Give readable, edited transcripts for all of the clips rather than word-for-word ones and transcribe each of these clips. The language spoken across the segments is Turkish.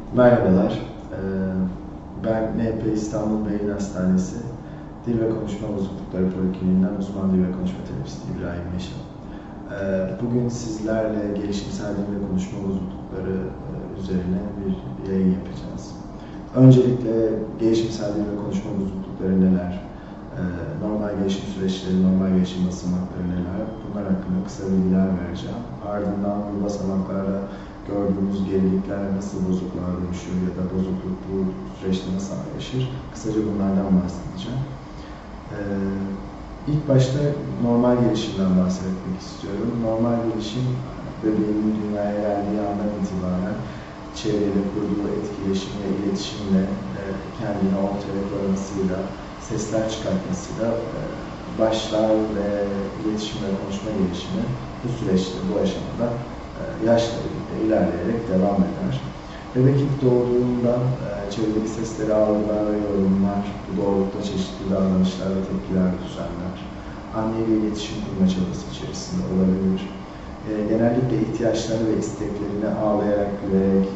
Merhabalar, ben NP İstanbul Beyin Hastanesi Dil ve Konuşma Bozuklukları Polikliniğinden uzman dil ve konuşma terapisti İbrahim Yaşar. Bugün sizlerle gelişimsel dil ve konuşma bozuklukları üzerine bir yayın yapacağız. Öncelikle gelişimsel dil ve konuşma bozuklukları neler? Normal gelişim süreçleri, normal gelişim basamakları neler? Bunlar hakkında kısa bilgiler vereceğim. Ardından bu basamaklarda gördüğümüz gerilikler nasıl bozukluğa dönüşür ya da bozukluk bu süreçte nasıl ayrışır? Kısaca bunlardan bahsedeceğim. İlk başta normal gelişimden bahsetmek istiyorum. Normal gelişim, bebeğin dünyaya geldiği andan itibaren çevreyle kurduğu etkileşim ve iletişimle kendini ortaya koymasıyla, sesler çıkartmasıyla başlar ve iletişim ve konuşma gelişimi bu süreçte, bu aşamada yaşla birlikte ilerleyerek devam eder. Bebek ilk doğduğunda çevredeki sesleri algılar ve yorumlar, bu doğrultuda çeşitli davranışlar ve tepkiler düzenler. Anneyle iletişim kurma çabası içerisinde olabilir. Genellikle ihtiyaçları ve isteklerini ağlayarak, gülerek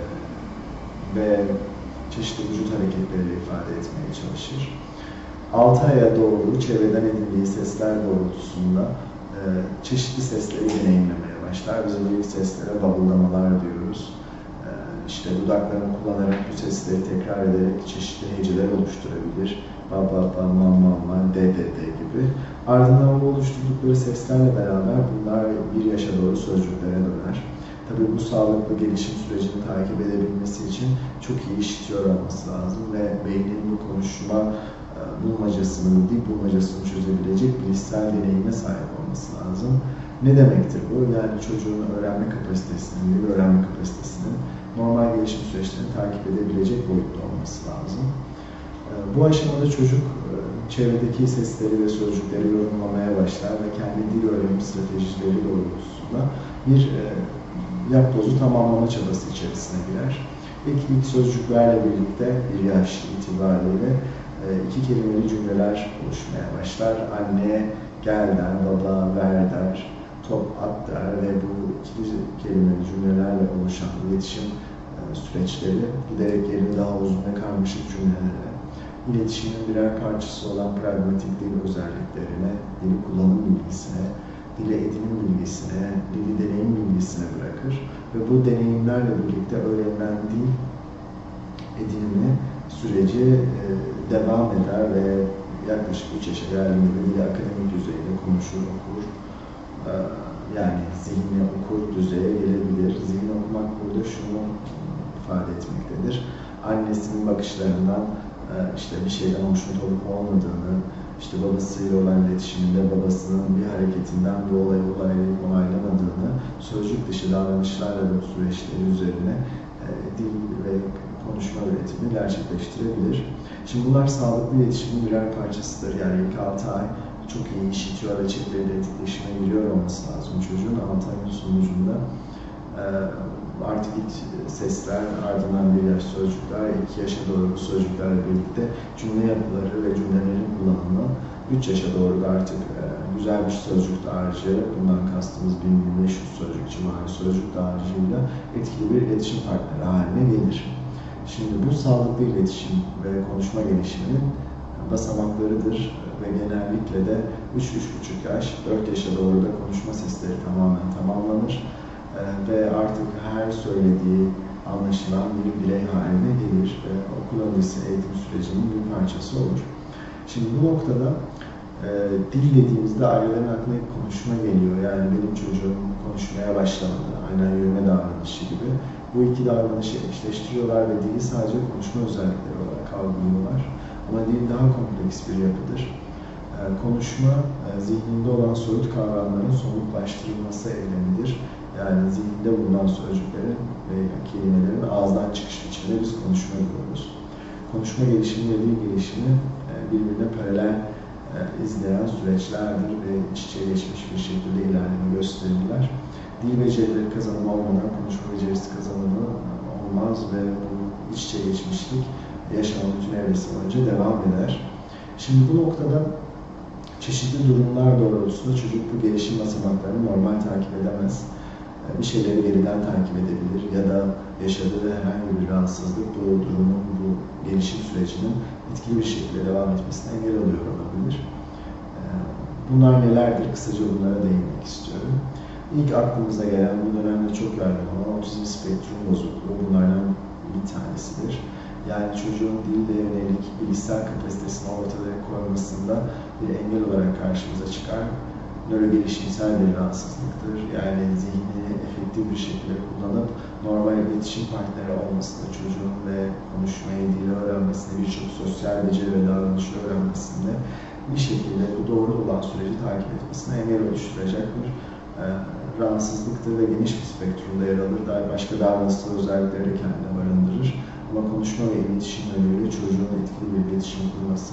ve çeşitli vücut hareketleriyle ifade etmeye çalışır. 6 aya doğru çevreden edindiği sesler doğrultusunda çeşitli sesleri deneyimlemeye başlar. Biz bu ilk seslere babuldamalar diyoruz. İşte dudaklarını kullanarak bu sesleri tekrar ederek çeşitli heceler oluşturabilir. Ba ba ba, ma ma ma, de de de gibi. Ardından bu oluşturdukları seslerle beraber bunlar bir yaşa doğru sözcüklere döner. Tabii bu sağlıklı gelişim sürecini takip edebilmesi için çok iyi işitiyor olması lazım ve beynin bu konuşma bulmacasını, dil bulmacasını çözebilecek bilişsel deneyime sahip olması lazım. Ne demektir bu? Yani çocuğun öğrenme kapasitesinin, dil öğrenme kapasitesinin normal gelişim süreçlerini takip edebilecek boyutta olması lazım. Bu aşamada çocuk çevredeki sesleri ve sözcükleri yorumlamaya başlar ve kendi dil öğrenim stratejileri doğrultusunda bir yapbozu tamamlama çabası içerisine girer. İlk sözcüklerle birlikte bir yaş itibariyle iki kelimeli cümleler oluşmaya başlar. Anne gel der, baba ver der, top at der ve bu iki kelimeli cümlelerle oluşan iletişim süreçleri giderek yerini daha uzun ve karmaşık cümlelere, iletişimin birer parçası olan pragmatik dil özelliklerine, dili kullanım bilgisine, dile edinim bilgisine, dili deneyim bilgisine bırakır ve bu deneyimlerle birlikte öğrenilen dil edinimi süreci devam eder ve yaklaşık 3 yaşa geldiğinde dili akademik düzeyde konuşur, okur, yani zihni okur düzeye gelebilir. Zihni okumak burada şunu ifade etmektedir. Annesinin bakışlarından işte bir şeyden hoşnut olup olmadığını, işte babasıyla olan iletişiminde babasının bir hareketinden bir olayı onaylamadığını, sözcük dışı davranışlarla bu süreçleri üzerine dil ve konuşma üretimi gerçekleştirebilir. Şimdi bunlar sağlıklı iletişimin birer parçasıdır. Yani ilk 6 ay çok iyi işitiyor ve çevrede etkileşime giriyor olması lazım. Çocuğun 6 ayın sonucunda artık ilk sesler, ardından bir yaş sözcükler, 2 yaşa doğru bu sözcüklerle birlikte cümle yapıları ve cümlelerin kullanımı, 3 yaşa doğru da artık güzel bir sözcük dağarcığı, bundan kastımız 1000-1500 sözcük civarı sözcük dağarcığıyla etkili bir iletişim partneri haline gelir. Şimdi bu sağlıklı iletişim ve konuşma gelişiminin basamaklarıdır ve genellikle de 3-3,5 yaş, 4 yaşa doğru da konuşma sesleri tamamen tamamlanır ve artık her söylediği anlaşılan bir birey haline gelir ve okul öncesi eğitim sürecinin bir parçası olur. Şimdi bu noktada dil dediğimizde ailelerin aklına hep konuşma geliyor. Yani benim çocuğum konuşmaya başlamadı, aynen yürüme davranışı gibi. Bu iki davranışı eşleştiriyorlar ve dili sadece konuşma özellikleri olarak algılıyorlar. Ama dil daha kompleks bir yapıdır. Konuşma, zihninde olan soyut kavramların somutlaştırılması eylemidir. Yani zihinde bulunan sözcüklerin ve kelimelerin ağızdan çıkış biçiminde biz konuşma diyoruz. Konuşma gelişimi ve dil gelişimi birbirine paralel izleyen süreçlerdir ve iç içe geçmiş bir şekilde ilerleme gösterirler. Dil becerileri kazanımı olmadan konuşma becerisi kazanımı olmaz ve bu iç içe geçmişlik yaşamın bütün evresi boyunca devam eder. Şimdi bu noktada çeşitli durumlar doğrultusunda çocuk bu gelişim basamaklarını normal takip edemez. Bir şeyleri geriden takip edebilir ya da yaşadığı herhangi bir rahatsızlık bu durumun, bu gelişim sürecinin etkili bir şekilde devam etmesine engel oluyor olabilir. Bunlar nelerdir? Kısaca bunlara değinmek istiyorum. İlk aklımıza gelen, bu dönemde çok yaygın olan otizm spektrum bozukluğu bunlardan bir tanesidir. Yani çocuğun dille yönelik bilişsel kapasitesini ortaya koymasında bir engel olarak karşımıza çıkar. Nörogelişimsel bir rahatsızlıktır. Yani zihnini efektif bir şekilde kullanıp normal iletişim partneri olmasında, çocuğun ve konuşmayı, dili öğrenmesinde, birçok sosyal beceri ve davranışı öğrenmesinde bir şekilde bu doğru olan süreci takip etmesine engel oluşturacak bir rahatsızlıktır ve geniş bir spektrumda yer alır. Daha başka davranışsal özellikleri de kendine barındırır. Ama konuşma ve iletişim yönüyle çocuğun etkili bir iletişim kurması,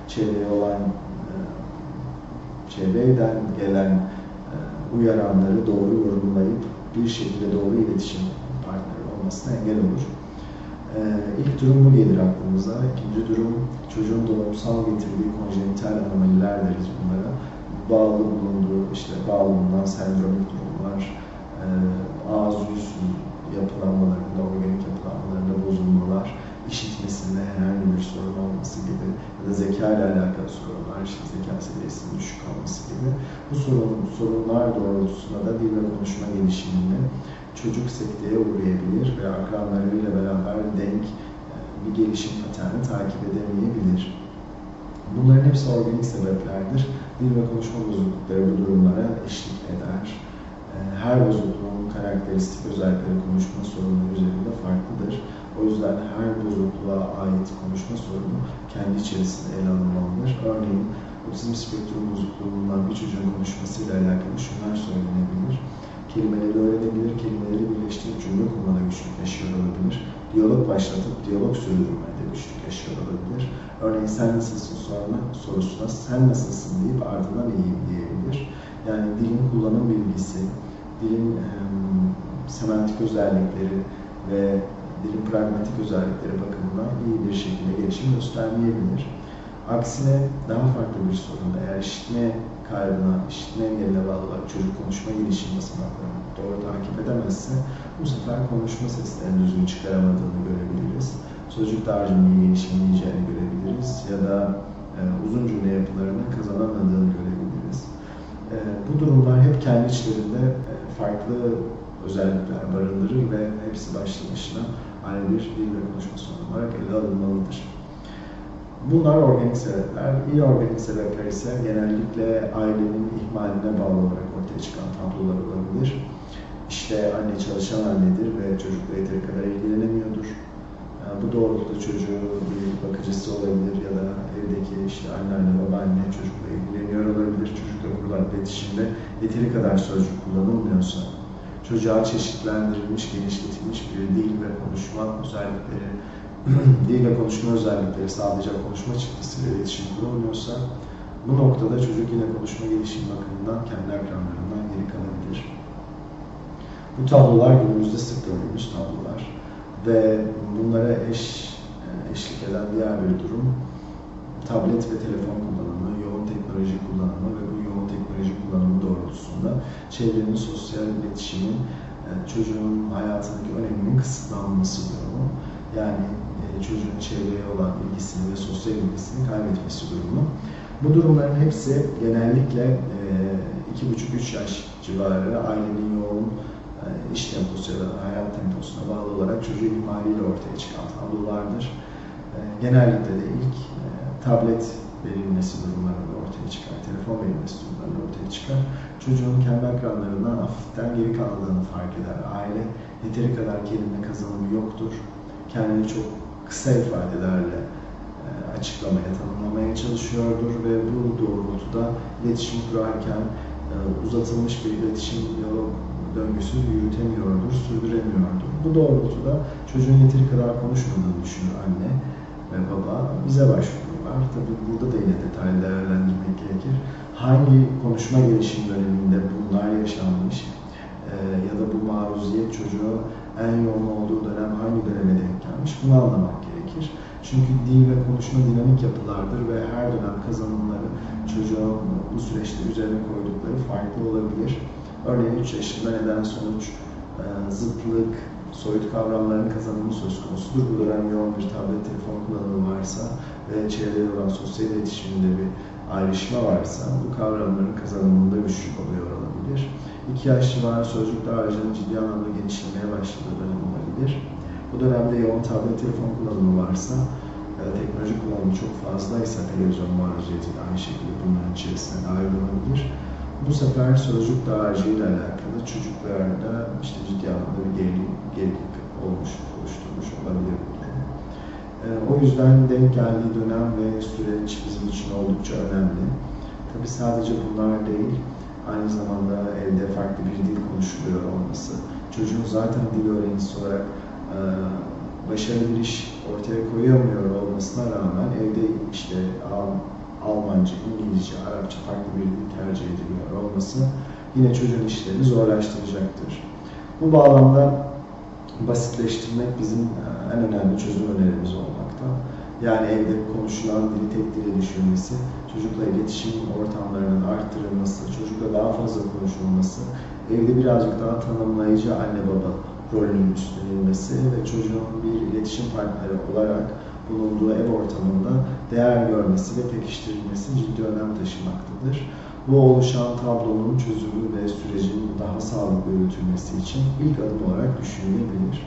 çevreden gelen uyaranları doğru yorumlayıp bir şekilde doğru iletişim partneri olmasına engel olur. İlk durum bu gelir aklımıza. İkinci durum, çocuğun doğumsal getirdiği konjenital anomaliler deriz bunlara. Bağlı bulunduğu, bağlılığından sendromik durumlar, ağız yüz yapılanmalarında, organik yapılanmalarında bozulmalar, işitmesinde herhangi bir sorun olması gibi ya da zeka ile alakalı sorunlar, zeka seviyesinin düşük olması gibi bu sorunlar doğrultusunda da dil ve konuşma gelişimini çocuk sekteye uğrayabilir ve akranlarıyla beraber denk bir gelişim paterni takip edemeyebilir. Bunların hepsi organik sebeplerdir. Dil ve konuşma bozuklukları bu durumlara eşlik eder. Her bozukluğun karakteristik özellikleri konuşma sorunları üzerinde farklıdır. O yüzden her bozukluğa ait konuşma sorunu kendi içerisinde ele alınmalıdır. Örneğin, otizm spektrum bozukluğundan bir çocuğun konuşmasıyla alakalı şunlar söylenebilir. Kelimeleri öğrenebilir, kelimeleri birleştirip cümle kurmada güçlük yaşıyor olabilir. Diyalog başlatıp diyalog sürdürmede güçlük yaşıyor olabilir. Örneğin sen nasılsın sorusuna sen nasılsın deyip ardından iyiyim diyebilir. Yani dilin kullanım bilgisi, dilin semantik özellikleri ve dilin pragmatik özellikleri bakımından iyi bir şekilde gelişim göstermeyebilir. Aksine daha farklı bir sorun, eğer işitme kaybına, işitme engeline bağlı olarak çocuk konuşma gelişim basamaklarını doğru takip edemezse bu sefer konuşma seslerini düzgün çıkaramadığını görebiliriz. Sözcük dağarcığının gelişemeyeceğini görebiliriz ya da uzun cümle yapılarını kazanamadığını görebiliriz. Bu durumlar hep kendi içlerinde farklı özellikler barındırır ve hepsi başlı başına aynı bir dil ve konuşma sorunu olarak ele alınmalıdır. Bunlar organik sebepler. İnorganik sebepler ise genellikle ailenin ihmaline bağlı olarak ortaya çıkan tablolar olabilir. İşte anne çalışan annedir ve çocukla yeteri kadar ilgilenemiyordur. Bu doğrultuda çocuğu bir bakıcısı olabilir ya da evdeki anneanne, babaanne çocukla ilgileniyor olabilir. Çocukla kurulan iletişimde yeteri kadar sözcük kullanılmıyorsa, çocuğa çeşitlendirilmiş, genişletilmiş bir dil ve konuşma özellikleri, dil ve konuşma özellikleri sadece konuşma çıktısıyla iletişim kurulmuyorsa, bu noktada çocuk yine konuşma gelişim bakımından kendi akranlarından geri kalabilir. Bu tablolar günümüzde sık gördüğümüz tablolar ve bunlara eşlik eden diğer bir durum, tablet ve telefon kullanımı, yoğun teknoloji kullanımı ve bu yoğun teknoloji kullanımı doğrultusunda çevrenin sosyal iletişimin çocuğun hayatındaki öneminin kısıtlanması durumu. Yani çocuğun çevreye olan ilgisini ve sosyal ilgisini kaybetmesi durumu. Bu durumların hepsi genellikle 2,5-3 yaş civarı ailenin yoğun iş temposu ya da hayat temposuna bağlı olarak çocuğun ihmaliyle ortaya çıkan tablolardır. Genellikle de ilk tablet verilmesi durumlarında ortaya çıkar, telefon verilmesi durumlarında ortaya çıkar. Çocuğun kendi akranlarından hafiften geri kaldığını fark eder. Aile yeteri kadar kelime kazanımı yoktur. Kendini çok kısa ifadelerle açıklamaya, tanımlamaya çalışıyordur ve bu doğrultuda iletişim kurarken uzatılmış bir iletişim diyalog döngüsü yürütemiyordur, sürdüremiyordur. Bu doğrultuda çocuğun yeteri kadar konuşmadığını düşünür anne ve baba. Bize başvururlar. Tabii burada da yine detaylı değerlendirmek gerekir. Hangi konuşma gelişim döneminde bunlar yaşanmış ya da bu maruziyet çocuğu en yoğun olduğu dönem hangi döneme denk gelmiş bunu anlamak gerekir. Çünkü dil ve konuşma dinamik yapılardır ve her dönem kazanımları çocuğun bu süreçte üzerine koydukları farklı olabilir. Örneğin 3 yaşında neden sonuç, zıtlık, soyut kavramların kazanımı söz konusudur. Bu dönem yoğun bir tablet telefon kullanımı varsa ve çevreye olan sosyal iletişiminde bir ayrışma varsa bu kavramların kazanımında güçlük oluyor olabilir. 2 yaş civarı sözcük dağarcığının ciddi anlamda genişlemeye başladığı dönem olabilir. Bu dönemde yoğun tablet telefon kullanımı varsa, teknoloji kullanımı çok fazlaysa televizyon maruziyeti de aynı şekilde bunların içerisine dahil olabilir. Bu sefer sözcük dağarcığıyla alakalı çocuklarda işte ciddi anlamda bir gerilik oluşturmuş olabilir bu durum. O yüzden denk geldiği dönem ve süreç bizim için oldukça önemli. Tabii sadece bunlar değil, aynı zamanda evde farklı bir dil konuşuluyor olması, çocuğun zaten dil öğrencisi olarak başarılı bir iş ortaya koyamıyor olmasına rağmen evde işte Almanca, İngilizce, Arapça farklı bir dil tercih ediliyor olması yine çocuğun işlerini zorlaştıracaktır. Bu bağlamda basitleştirmek bizim en önemli çözüm önerimiz olmakta. Yani evde konuşulan dili tek dile düşürmesi, çocukla iletişim ortamlarının arttırılması, çocukla daha fazla konuşulması, evde birazcık daha tanımlayıcı anne baba rolünün üstlenilmesi ve çocuğun bir iletişim partneri olarak bulunduğu ev ortamında değer görmesi ve pekiştirilmesi ciddi önem taşımaktadır. Bu oluşan tablonun çözümü ve sürecin daha sağlıklı yürütülmesi için ilk adım olarak düşünülebilir.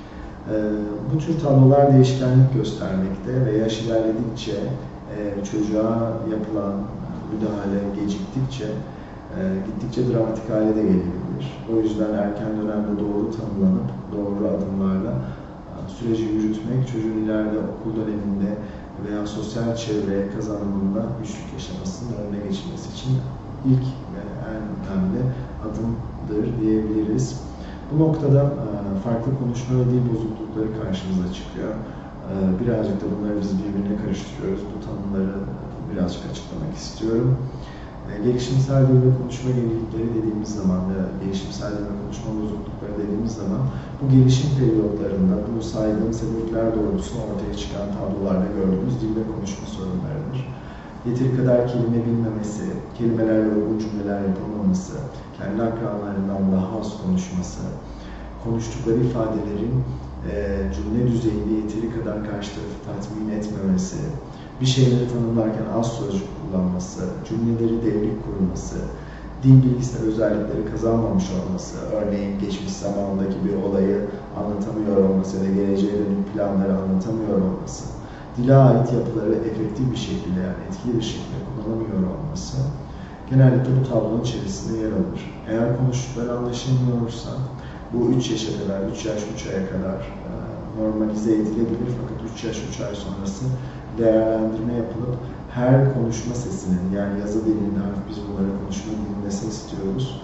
Bu tür tablolar değişkenlik göstermekte ve yaş ilerledikçe çocuğa yapılan müdahale geciktikçe gittikçe dramatik hale de gelebilir. O yüzden erken dönemde doğru tanımlanıp doğru adımlarla süreci yürütmek çocuğun ileride okul döneminde veya sosyal çevre kazanımında güçlük yaşamasının önüne geçilmesi için ilk ve en önemli adımdır diyebiliriz. Bu noktada farklı konuşma ve dil bozuklukları karşımıza çıkıyor. Birazcık da bunları biz birbirine karıştırıyoruz. Bu tanımları birazcık açıklamak istiyorum. Gelişimsel dil ve konuşma gerilikleri dediğimiz zaman ve gelişimsel dil ve konuşma bozuklukları dediğimiz zaman bu gelişim periyotlarında bu saydığım sebepler doğrultusunda ortaya çıkan tablolarda gördüğümüz dil ve konuşma sorunlarıdır. Yeteri kadar kelime bilmemesi, kelimelerle uygun cümleler yapılmaması, kendi akranlarından daha az konuşması, konuştukları ifadelerin cümle düzeyinde yeteri kadar karşı tarafı tatmin etmemesi, bir şeyleri tanımlarken az sözcük kullanması, cümleleri devrik kurması, dil bilgisayar özellikleri kazanmamış olması, örneğin geçmiş zamandaki bir olayı anlatamıyor olması ya da geleceğe dönük planları anlatamıyor olması, dile ait yapıları efektif bir şekilde yani etkili bir şekilde kullanamıyor olması genellikle bu tablonun içerisinde yer alır. Eğer konuştukları anlaşılmıyorsa bu 3 yaşa kadar, 3 yaş 3 aya kadar normalize edilebilir fakat 3 yaş 3 ay sonrası değerlendirme yapılıp her konuşma sesinin yani yazı dilinde artık biz bunları konuşma dilinde ses diyoruz.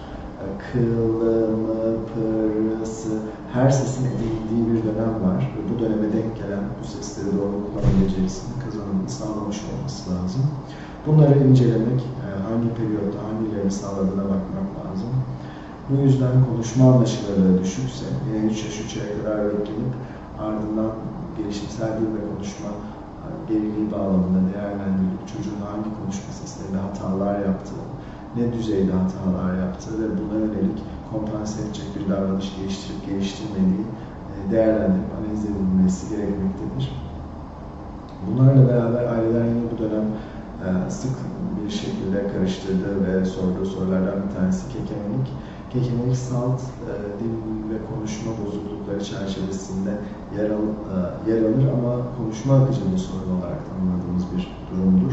Kılımı, pırısı, her sesin edildiği bir dönem var ve bu döneme denk gelen bu sesleri doğru kullanma becerisinin kazanımını sağlamış olması lazım. Bunları incelemek, hangi periyotta hangilerini sağladığına bakmak lazım. Bu yüzden konuşma anlaşılırlığı düşükse, yine 3 yaş 3 aya kadar beklenip ardından gelişimsel dil ve konuşma geriliği bağlamında değerlendirilip çocuğun hangi konuşma seslerinde hatalar yaptığı, ne düzeyde hatalar yaptığı ve buna yönelik kompanse edecek bir davranış geliştirip geliştirmediği değerlendirip analiz edilmesi gerekmektedir. Bunlarla beraber aileler yine bu dönem sık bir şekilde karıştırdığı ve sorduğu sorulardan bir tanesi kekemelik. Kekemelik salt dil ve konuşma bozuklukları çerçevesinde yer alır ama konuşma akıcılığı sorunu olarak tanımladığımız bir durumdur.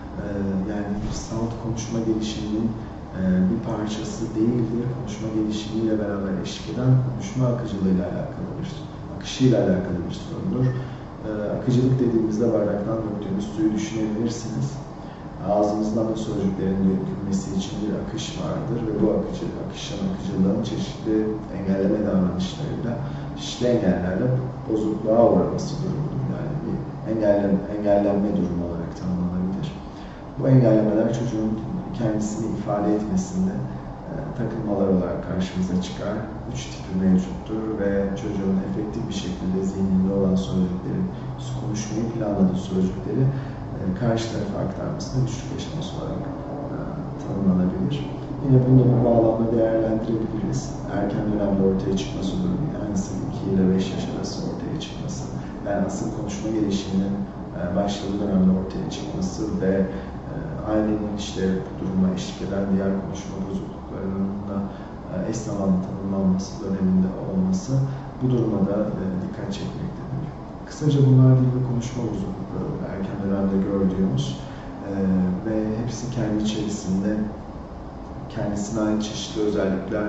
Yani salt konuşma gelişiminin bir parçası değildir. Konuşma gelişimiyle beraber eşlik eden konuşma akıcılığıyla alakalı akışıyla alakalı bir sorundur. Akıcılık dediğimizde bardaktan döktüğümüz suyu düşünebilirsiniz. Ağzımızdan da sözcüklerin dökülmesi için bir akış vardır ve bu akıcılığın çeşitli engelleme davranışlarıyla, çeşitli engellerle bozukluğa uğraması durumudur. Yani bir engellenme durumu olarak tanımlanabilir. Bu engellemeler çocuğun kendisini ifade etmesinde takılmalar olarak karşımıza çıkar. 3 tipi mevcuttur ve çocuğun efektif bir şekilde zihninde olan sözcükleri, konuşmayı planladığı sözcükleri karşı tarafa aktarmasında güçlük yaşaması olarak tanımlanabilir. Yine bunu bu bağlamda değerlendirebiliriz. Erken dönemde ortaya çıkması durumu, yani 2 ile 5 yaş arası ortaya çıkması, yani asıl konuşma gelişiminin başladığı dönemde ortaya çıkması ve ailenin işte bu duruma eşlik eden diğer konuşma bozukluklarına eş zamanlı tanımlanması döneminde olması bu duruma da dikkat çekmektedir. Kısaca bunlar dil ve konuşma bozuklukları erken dönemde gördüğümüz ve hepsi kendi içerisinde kendisine ait çeşitli özellikler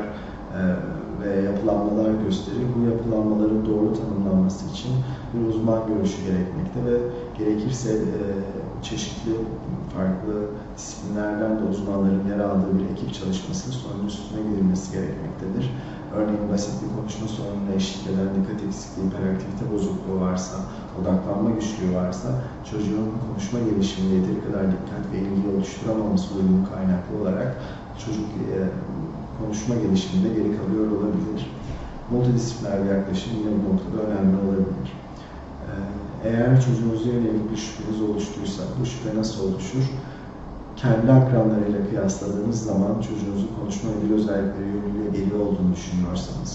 ve yapılanmalar gösterir. Bu yapılanmaların doğru tanımlanması için bir uzman görüşü gerekmekte ve gerekirse çeşitli farklı disiplinlerden de uzmanların yer aldığı bir ekip çalışması sorunun üstüne gidilmesi gerekmektedir. Örneğin basit bir konuşma sorununa eşlik eden dikkat eksikliği, hiperaktivite bozukluğu varsa, odaklanma güçlüğü varsa, çocuğun konuşma gelişiminde yeteri kadar dikkat ve ilgi oluşturamaması durumu kaynaklı olarak çocuk konuşma gelişiminde geri kalıyor olabilir. Multidisipliner bir yaklaşım yine bu noktada önemli olabilir. Eğer çocuğunuza yönelik bir şüpheniz oluştuysa, bu şüphe nasıl oluşur? Kendi akranlarıyla kıyasladığınız zaman çocuğunuzun konuşma ve dil özellikleri yönüyle geri olduğunu düşünüyorsanız,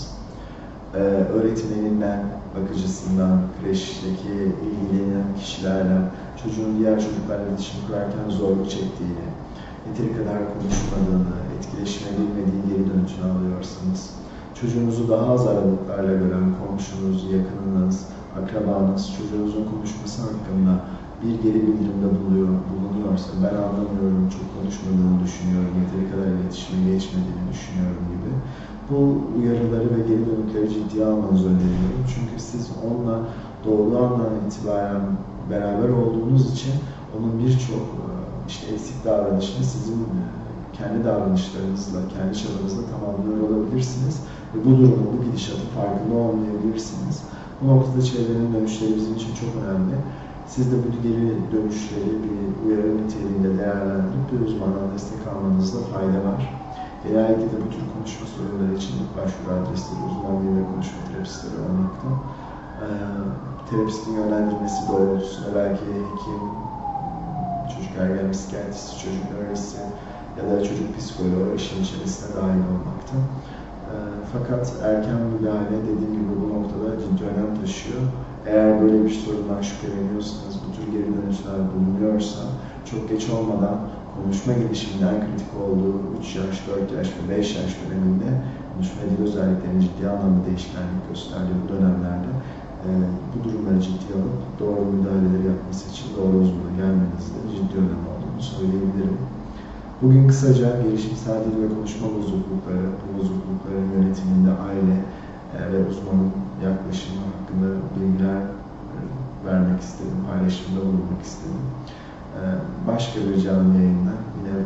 öğretmeninden, bakıcısından, kreşteki ilgilenen kişilerle çocuğun diğer çocuklarla iletişim kurarken zorluk çektiğini, yeteri kadar konuşmadığını, etkileşime girmediği geri dönüşünü alıyorsanız, çocuğunuzu daha az aralıklarla gören komşunuz, yakınınız, akrabanız, çocuğunuzun konuşması hakkında bir geri bildirimde bulunuyorsa, ben anlamıyorum, çok konuşmadığını düşünüyorum, yeteri kadar iletişime geçmediğini düşünüyorum gibi, bu uyarıları ve geri dönükleri ciddiye almanızı öneriyorum. Çünkü siz onunla doğduğu andan itibaren beraber olduğunuz için onun birçok eksik davranışını sizin kendi davranışlarınızla, kendi çabanızla tamamlıyor olabilirsiniz ve bu durumun, bu gidişatın farkında olmayabilirsiniz. Bu noktada çevrenin dönüşleri bizim için çok önemli. Siz de bu geri dönüşleri bir uyarı niteliğinde değerlendirip bir uzmandan destek almanızda fayda var. Genellikle de bu tür konuşma sorunları için ilk başvuru adresleri uzman dil ve konuşma terapistleri olmakta. Terapistin yönlendirmesi doğrultusunda belki hekim, çocuk ergen psikiyatristi, çocuk nörolojisti ya da çocuk psikoloğu işin içerisine dahil olmakta. Fakat erken müdahale dediğim gibi bu noktada ciddi önem taşıyor. Eğer böyle bir sorundan şüpheleniyorsanız, bu tür geri dönüşler bulunuyorsa, çok geç olmadan konuşma gelişiminin en kritik olduğu 3 yaş, 4 yaş ve 5 yaş döneminde konuşma dil özelliklerinin ciddi anlamda değişkenlik gösterdiği bu dönemlerde bu durumları ciddiye alıp doğru müdahaleleri yapması için doğru uzmana gelmenizde ciddi önem olduğunu söyleyebilirim. Bugün kısaca gelişimsel dil ve konuşma bozuklukları, bu bozuklukların yönetiminde aile ve uzmanın yaklaşımı hakkında bilgiler vermek istedim, paylaşımda bulunmak istedim. Başka bir canlı yayında yine